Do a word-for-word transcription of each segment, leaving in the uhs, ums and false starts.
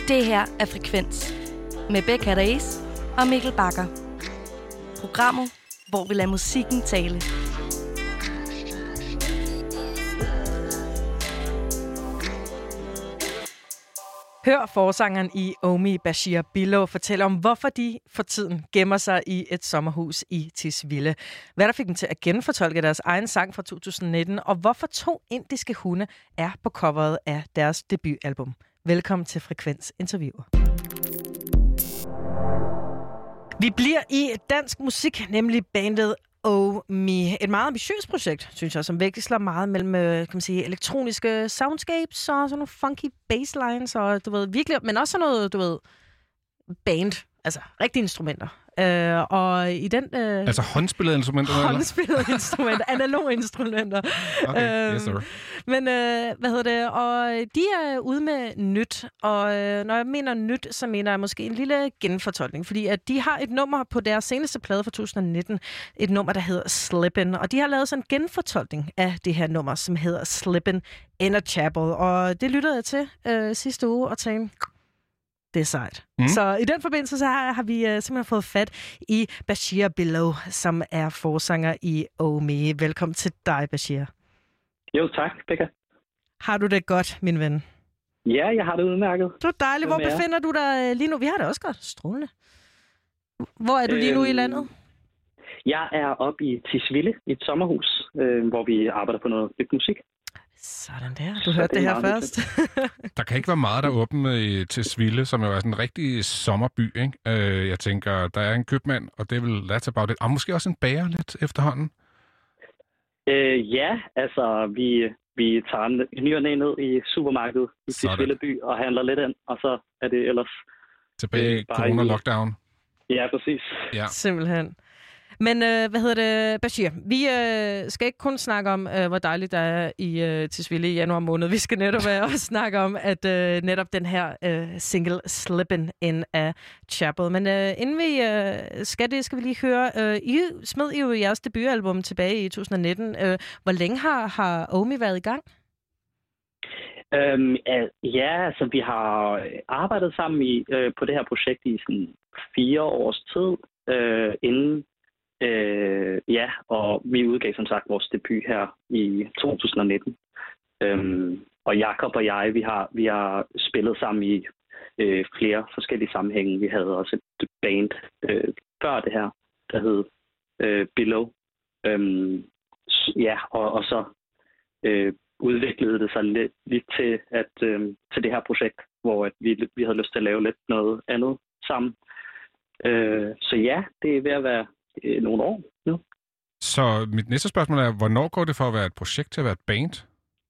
Det her er Frekvens med Becca Reis og Mikkel Bakker. Programmet, hvor vi lader musikken tale. Hør forsangeren i Omid Bashir Billow fortælle om, hvorfor de for tiden gemmer sig i et sommerhus i Tisvilde. Hvad der fik dem til at genfortolke deres egen sang fra to tusind nitten, og hvorfor to indiske hunde er på coveret af deres debutalbum. Velkommen til Frekvens Interviewer. Vi bliver i dansk musik, nemlig bandet Omid. Et meget ambitiøst projekt, synes jeg, som veksler meget mellem kan man sige, elektroniske soundscapes og sådan nogle funky basslines, og du ved, virkelig, men også sådan noget, du ved, band, altså rigtige instrumenter. Øh, og i den... Øh, altså håndspillede instrumenter? Håndspillede instrumenter, analoge instrumenter. Okay, yes sir. Men øh, hvad hedder det? Og de er ude med nyt, og øh, når jeg mener nyt, så mener jeg måske en lille genfortolkning, fordi at de har et nummer på deres seneste plade fra to tusind nitten, et nummer, der hedder Slippin', og de har lavet sådan en genfortolkning af det her nummer, som hedder Slippin' in a Chapel, og det lyttede jeg til øh, sidste uge og tænkte... Det er sejt. Mm. Så i den forbindelse så har, har vi uh, simpelthen fået fat i Bashir Billow, som er forsanger i Omid. Velkommen til dig, Bashir. Jo, tak, Becca. Har du det godt, min ven? Ja, jeg har det udmærket. Det er dejligt. Hvor befinder du dig lige nu? Vi har det også godt. Strålende. Hvor er du lige nu øhm, i landet? Jeg er oppe i Tisvilde, i et sommerhus, øh, hvor vi arbejder på noget nyt musik. Sådan der. Du hørte det, det her først. Der kan ikke være meget, der er åbent til Tisvilde, som jo er sådan en rigtig sommerby, ikke? Øh, jeg tænker, der er en købmand, og det er vel that's about it. Og måske også en bager lidt efterhånden? Øh, ja, altså vi, vi tager ny og næ ned i supermarkedet i Tisvilde by og handler lidt ind, og så er det ellers... Tilbage i corona-lockdown. Ja, præcis. Ja. Simpelthen. Men øh, hvad hedder det, Bashir? Vi øh, skal ikke kun snakke om, øh, hvor dejligt der er i øh, Tisvilde i januar måned. Vi skal netop øh, også snakke om, at øh, netop den her øh, single Slippin' in a Chapel. Men øh, inden vi øh, skal det, skal vi lige høre. Øh, I smed I jo jeres debutalbum tilbage i to tusind nitten. Øh, hvor længe har, har Omid været i gang? Øhm, ja, altså vi har arbejdet sammen i, øh, på det her projekt i sådan fire års tid, øh, inden Øh, ja, og vi udgav som sagt vores debut her i to tusind nitten. Øhm, og Jakob og jeg, vi har, vi har spillet sammen i øh, flere forskellige sammenhænge. Vi havde også et band øh, før det her, der hed øh, Billow. Øhm, ja, og, og så øh, udviklede det sig lidt, lidt til, at, øh, til det her projekt, hvor at vi, vi havde lyst til at lave lidt noget andet sammen. Øh, så ja, det er ved at være nogle år nu. Så mit næste spørgsmål er, hvornår går det fra at være et projekt til at være et band?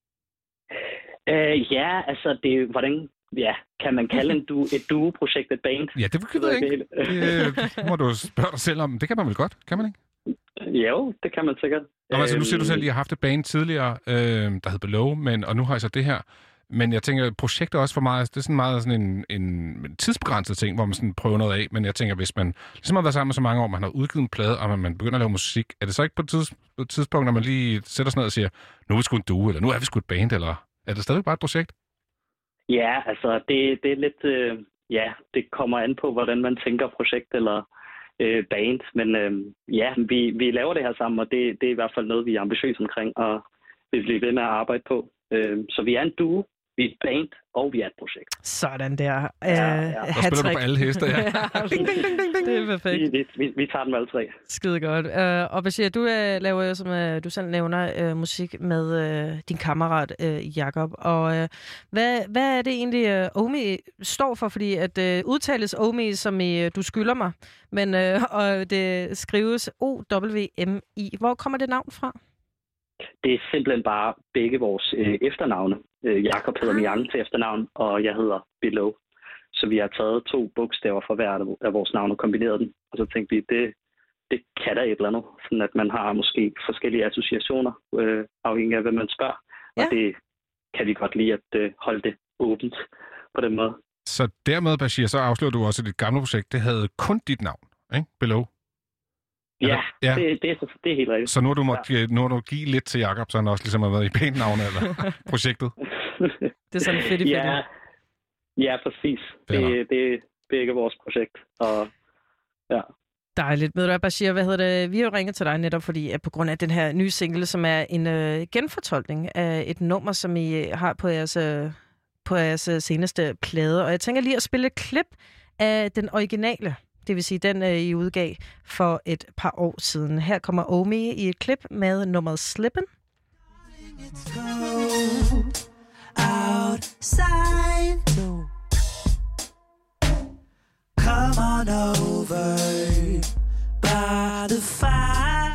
Uh, ja, altså, det, hvordan ja, kan man kalde en du, et duo-projekt et band? Ja, det ved jeg ikke. Det må du spørge dig selv om. Det kan man vel godt, kan man ikke? Jo, det kan man sikkert. Nå, altså, nu siger du selv, at I har haft et band tidligere, øh, der hed Below, men, og nu har I så det her. Men jeg tænker, projekter også for mig, det er sådan meget sådan en, en tidsbegrænset ting, hvor man sådan prøver noget af. Men jeg tænker, hvis man ligesom har været sammen så mange år, man har udgivet en plade, og man, man begynder at lave musik, er det så ikke på et, tids, på et tidspunkt, når man lige sætter sådan noget og siger, nu er vi sgu en duo, eller nu er vi sgu et band, eller er det stadig bare et projekt? Ja, altså det, det er lidt, øh, ja, det kommer an på, hvordan man tænker projekt eller øh, band. Men øh, ja, vi, vi laver det her sammen, og det, det er i hvert fald noget, vi er ambitiøse omkring, og vi bliver ved med at arbejde på. Øh, så vi er en duo. Vi er et band, og vi er et projekt. Sådan der. Ja, ja. Der spiller du på alle heste, ja. ding, ding, ding, ding, ding. Det er perfekt. Vi, vi, vi tager dem alle tre. Skide godt. Uh, og Bashir, du uh, laver jo, som uh, du selv nævner, uh, musik med uh, din kammerat uh, Jakob. Og uh, hvad, hvad er det egentlig, uh, Omid står for? Fordi at uh, udtales Omid, som i uh, du skylder mig, men uh, og det skrives O W M I. Hvor kommer det navn fra? Det er simpelthen bare begge vores øh, efternavne. Øh, Jakob hedder Miang til efternavn, og jeg hedder Billow. Så vi har taget to bogstaver fra hver af vores navne og kombineret dem. Og så tænkte vi, det, det kan der et eller andet. Sådan at man har måske forskellige associationer, øh, afhængig af, hvad man spørger. Ja. Og det kan vi godt lide at øh, holde det åbent på den måde. Så dermed, Bashir, så afslører du også, at dit gamle projekt, det havde kun dit navn, ikke? Billow. Ja, ja. Det, det, er, det er helt rigtigt. Så nu har du måtte ja. nu har du give lidt til Jakob, så han også ligesom har været i bandnavnet eller projektet? Det er sådan fedt i ja, Ja, præcis. Det, det, det, det er ikke vores projekt. Og, ja. Dejligt. Ved du hvad, Bashir, hvad hedder det? Vi har jo ringet til dig netop, fordi at på grund af den her nye single, som er en øh, genfortolkning af et nummer, som I har på jeres, øh, på jeres øh, seneste plade. Og jeg tænker lige at spille et klip af den originale, det vil sige den, øh, I udgav for et par år siden. Her kommer Omi i et klip med nummeret Slippin'. Outside, come on over by the fire,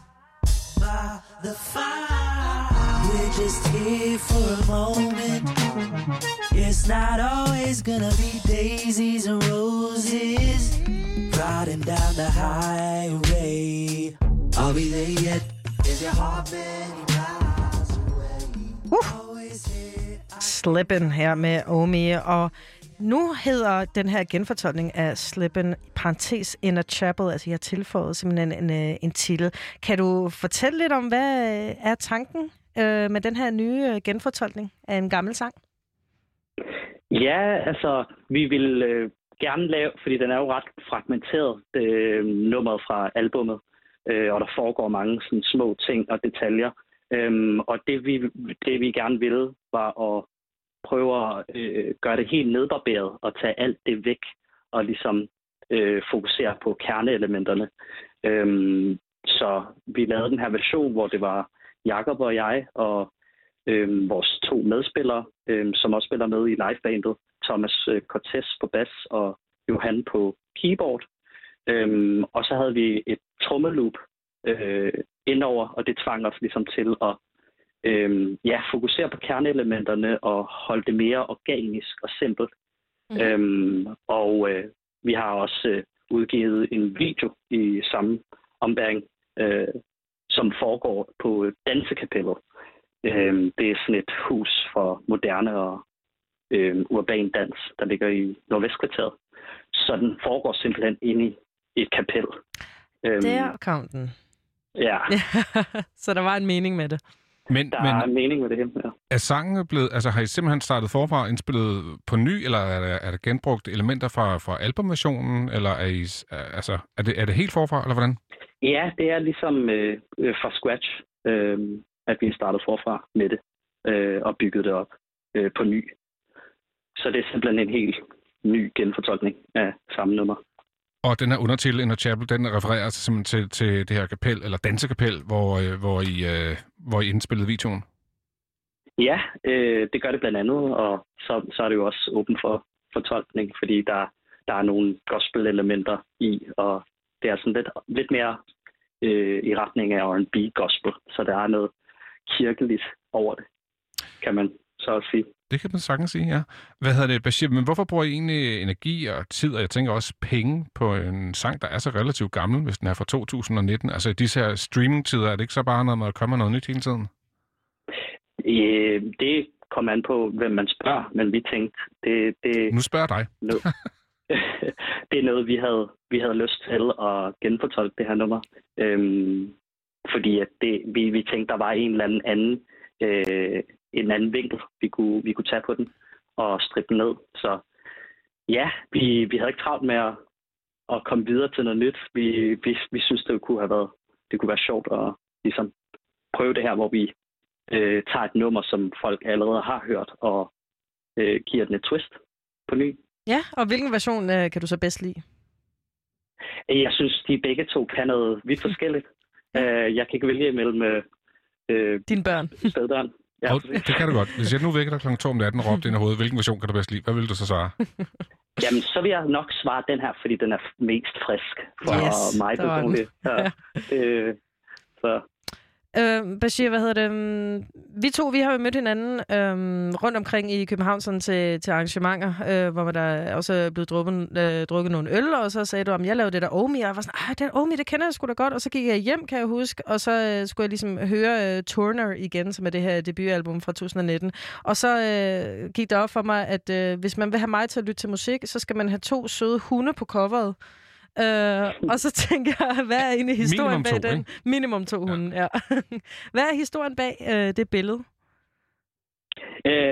by the fire. We're just here for a moment. It's not always gonna be daisies and roses. Riding down the highway. Are we there yet? Is your heart many miles away? Uh. Slippin' her med Omi, og nu hedder den her genfortolkning af Slippin', parentes in a chapel, altså jeg har tilføjet simpelthen en, en, en titel. Kan du fortælle lidt om, hvad er tanken øh, med den her nye genfortolkning af en gammel sang? Ja, altså, vi vil øh, gerne lave, fordi den er jo ret fragmenteret, øh, nummeret fra albummet, øh, og der foregår mange sådan, små ting og detaljer. Øhm, og det vi, det, vi gerne ville, var at prøve at øh, gøre det helt nedbarberet og tage alt det væk og ligesom øh, fokusere på kerneelementerne. Øhm, så vi lavede den her version, hvor det var Jakob og jeg og øh, vores to medspillere, øh, som også spiller med i livebandet, Thomas øh, Cortez på bas og Johan på keyboard. Øhm, og så havde vi et trommeloop øh, indover, og det tvang os ligesom til at Øhm, ja, fokusere på kerneelementerne og holde det mere organisk og simpelt. Mm. Øhm, og øh, vi har også øh, udgivet en video i samme ombæring, øh, som foregår på Dansekapellet. Øhm, det er sådan et hus for moderne og øh, urban dans, der ligger i Nordvestkvarteret. Så den foregår simpelthen inde i et kapel. Øhm, Der kom den. Ja. Så der var en mening med det. Men, der men, er en mening med det her. Ja. Er sangen blevet, altså har I simpelthen startet forfra og indspillet på ny, eller er der, er der genbrugt elementer fra, fra albumversionen, eller er, I, altså, er, det, er det helt forfra, eller hvordan? Ja, det er ligesom øh, fra scratch, øh, at vi startede forfra med det, øh, og bygget det op øh, på ny. Så det er simpelthen en helt ny genfortolkning af samme nummer. Og den her undertitel, In a Chapel, den refererer simpelthen til, til det her kapel, eller dansekapel, hvor, øh, hvor, I, øh, hvor I indspillede videoen? Ja, øh, det gør det blandt andet, og så, så er det jo også åben for fortolkning, fordi der, der er nogle gospel-elementer i, og det er sådan lidt, lidt mere øh, i retning af R and B-gospel, så der er noget kirkeligt over det, kan man så også sige. Det kan man sagtens sige, ja. Hvad hedder det, Bashir? Men hvorfor bruger I egentlig energi og tid, og jeg tænker også penge på en sang, der er så relativt gammel, hvis den er fra to tusind nitten? Altså i disse her streamingtider, er det ikke så bare noget med at komme noget nyt hele tiden? Øh, det kommer an på, hvem man spørger, men vi tænkte... Det, det, nu spørger jeg dig. Noget, det er noget, vi havde, vi havde lyst til at genfortolke det her nummer. Øhm, fordi at det, vi, vi tænkte, der var en eller anden anden... Øh, en anden vinkel, vi kunne, vi kunne tage på den og strippe den ned. Så ja, vi, vi havde ikke travlt med at, at komme videre til noget nyt. Vi, vi, vi synes, det kunne have været, det kunne være sjovt at ligesom prøve det her, hvor vi øh, tager et nummer, som folk allerede har hørt, og øh, giver den et twist på ny. Ja, og hvilken version øh, kan du så bedst lide? Jeg synes, de begge to kan noget vidt forskelligt. øh, jeg kan ikke vælge imellem øh, dine børn. Stedbørn. Ja, det kan du godt. Hvis jeg nu vækker dig klokken to om natten og råbte ind i hovedet, hvilken version kan du bedst lide? Hvad vil du så svare? Jamen, så vil jeg nok svare den her, fordi den er mest frisk for yes, mig personligt. Ja. øh, så. Øh, Bashir, hvad hedder det? Vi to, vi har jo mødt hinanden øh, rundt omkring i København sådan til, til arrangementer, øh, hvor der også er blevet drukket, øh, drukket nogle øl, og så sagde du, at jeg lavede det der Omi, og jeg var sådan, ah, det Omi, det kender jeg sgu da godt, og så gik jeg hjem, kan jeg huske, og så øh, skulle jeg ligesom høre øh, Turner igen, som er det her debutalbum fra to tusind nitten, og så øh, gik det op for mig, at øh, hvis man vil have mig til at lytte til musik, så skal man have to søde hunde på coveret. Uh, og så tænker jeg, hvad er egentlig historien Minimum bag to, den? Ikke? Minimum to hunde, ja. Hvad er historien bag uh, det billede? Øh,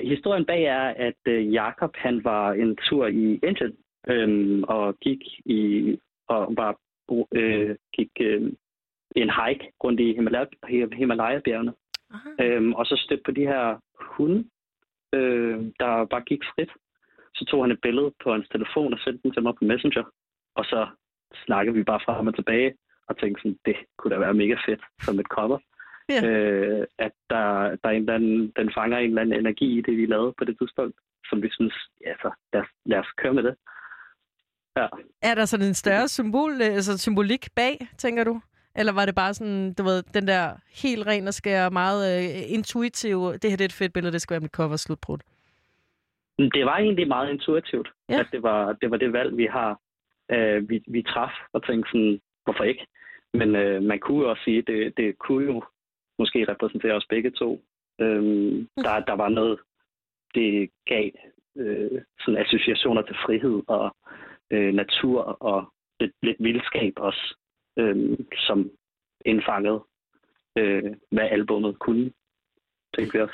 historien bag er, at øh, Jakob han var en tur i Indien øh, og gik i og var øh, gik øh, en hike rundt i Himalaya, Himalaya-bjergene. Øhm, og så stødte på de her hunde, øh, der bare gik frit. Så tog han et billede på hans telefon og sendte den til mig på Messenger. Og så snakkede vi bare frem og tilbage og tænkte sådan, det kunne da være mega fedt som et cover. Yeah. Øh, at der, der er en eller anden, den fanger en eller anden energi i det, vi lavede på det tidspunkt, som vi synes, ja, så lad os, lad os køre med det. Ja. Er der sådan en større symbol, altså symbolik bag, tænker du? Eller var det bare sådan, du ved, den der helt ren og skær, meget uh, intuitiv, det her det er et fedt billede, det skal være mit cover slutbrud? Det var egentlig meget intuitivt, ja. At det var, det var det valg, vi har, uh, vi, vi traf, og tænkte sådan, hvorfor ikke? Men uh, man kunne jo også sige, det, det kunne jo måske repræsentere os begge to. Um, der, der var noget, det gav uh, sådan associationer til frihed og uh, natur og lidt, lidt vildskab også. Øhm, som indfangede, øh, hvad albumet kunne, tænker vi også.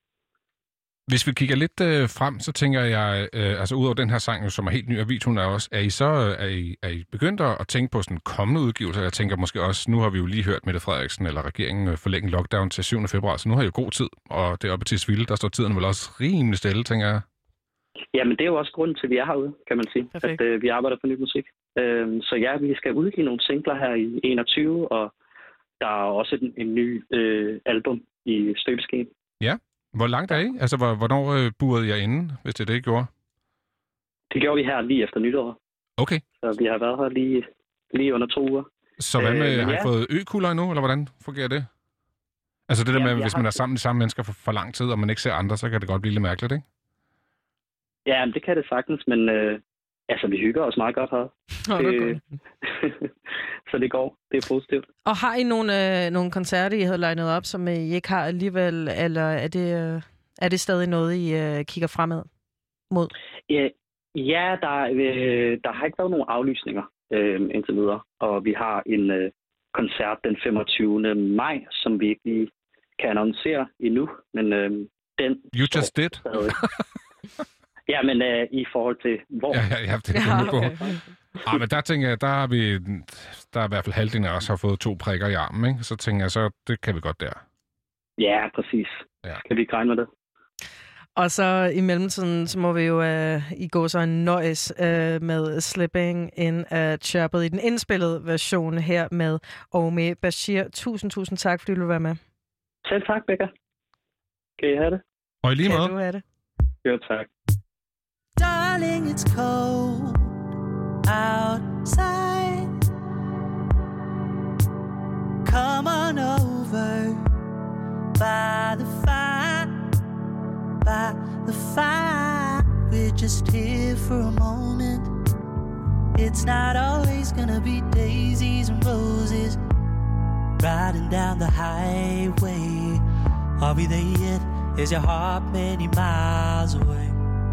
Hvis vi kigger lidt øh, frem, så tænker jeg, øh, altså udover den her sang, som er helt ny, og videoen er også, er I så er I, er I begyndt at tænke på sådan kommende udgivelser? Jeg tænker måske også, nu har vi jo lige hørt Mette Frederiksen eller regeringen forlænge lockdown til syvende februar, så nu har I jo god tid, og det er oppe til Tisvilde, der står tiden vel også rimelig stille, tænker jeg. Jamen, det er jo også grunden til, at vi er herude, kan man sige, Perfekt. At øh, vi arbejder på ny musik. Øh, så ja, vi skal udgive nogle singler her i enogtyve, og der er også en, en ny øh, album i støbeskeen. Ja. Hvor langt er I? Altså, hvornår øh, burede jeg inde, hvis det er det, I gjorde? Det gjorde vi her lige efter nytår. Okay. Så vi har været her lige, lige under to uger. Så hvad med, øh, har I ja. fået ø-kulder endnu, eller hvordan fungerer det? Altså det der ja, med, hvis man er sammen med samme mennesker for, for lang tid, og man ikke ser andre, så kan det godt blive lidt mærkeligt, ikke? Ja, det kan det sagtens, men øh, altså, vi hygger os meget godt her. Oh, det, så det går. Det er positivt. Og har I nogle, øh, nogle koncerter, I havde legnet op, som I ikke har alligevel, eller er det, øh, er det stadig noget, I øh, kigger fremad mod? Ja, ja der, øh, der har ikke været nogen aflysninger øh, indtil videre, og vi har en øh, koncert den femogtyvende maj, som vi ikke lige kan annoncere endnu, men øh, den... You just did? Ja, men uh, i forhold til hvor... Ja, ja, ja det er ja, okay. på. Ah, men der tænker jeg, der har vi... Der er i hvert fald halvdelen af os har fået to prikker i armen, ikke? Så tænker jeg, så det kan vi godt der. Ja, præcis. Ja. Kan vi ikke regne med det? Og så i mellemtiden, så må vi jo uh, i gå så en nøjes uh, med Slipping in a Chapel i den indspillede version her med Omid Bashir. Tusind, tusind tak, fordi du vil være med. Selv tak, Becca. Kan I have det? Og i lige måde. Kan du have det? Jo, tak. Darling, it's cold outside. Come on over by the fire, by the fire. We're just here for a moment. It's not always gonna be daisies and roses riding down the highway. Are we there yet? Is your heart many miles away?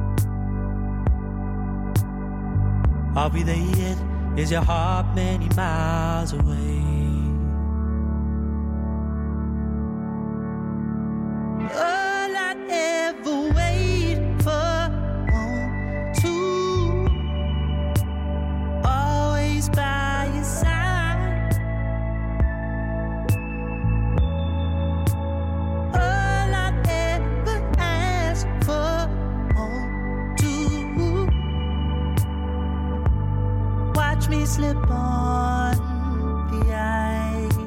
Are we there yet? Is your heart many miles away? All I ever wait for, want to, always by your side. All I ever ask for, want to, watch me slip on the ice.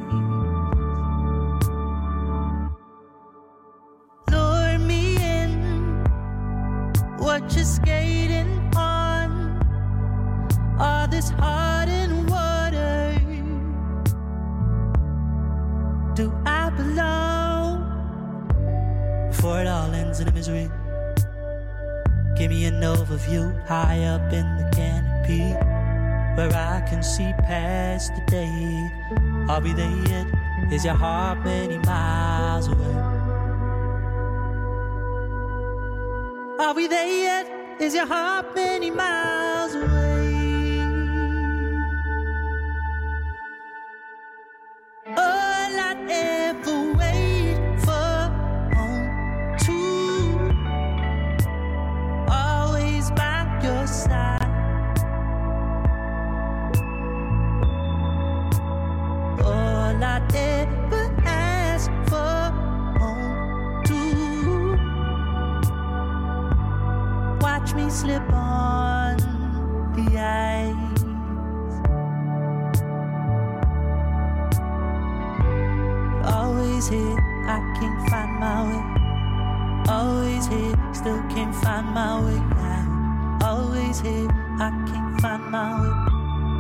Lure me in, what you're skating on, all this heart and water. Do I belong? Before it all ends in a misery, give me an overview high up in the canopy, where I can see past the day. Are we there yet? Is your heart many miles away? Are we there yet? Is your heart many miles away? All I ever wait for, want to, watch me slip on the ice. Always here, I can't find my way. Always here, still can't find my way out. Always here, I can't find my way.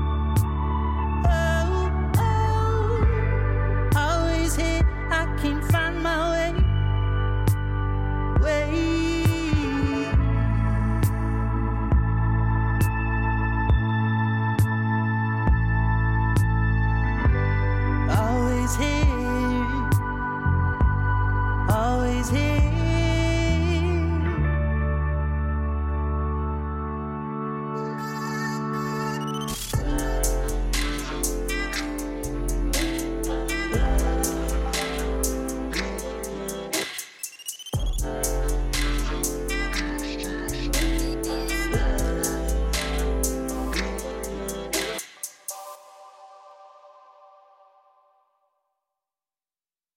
Oh, oh, always here, I can't find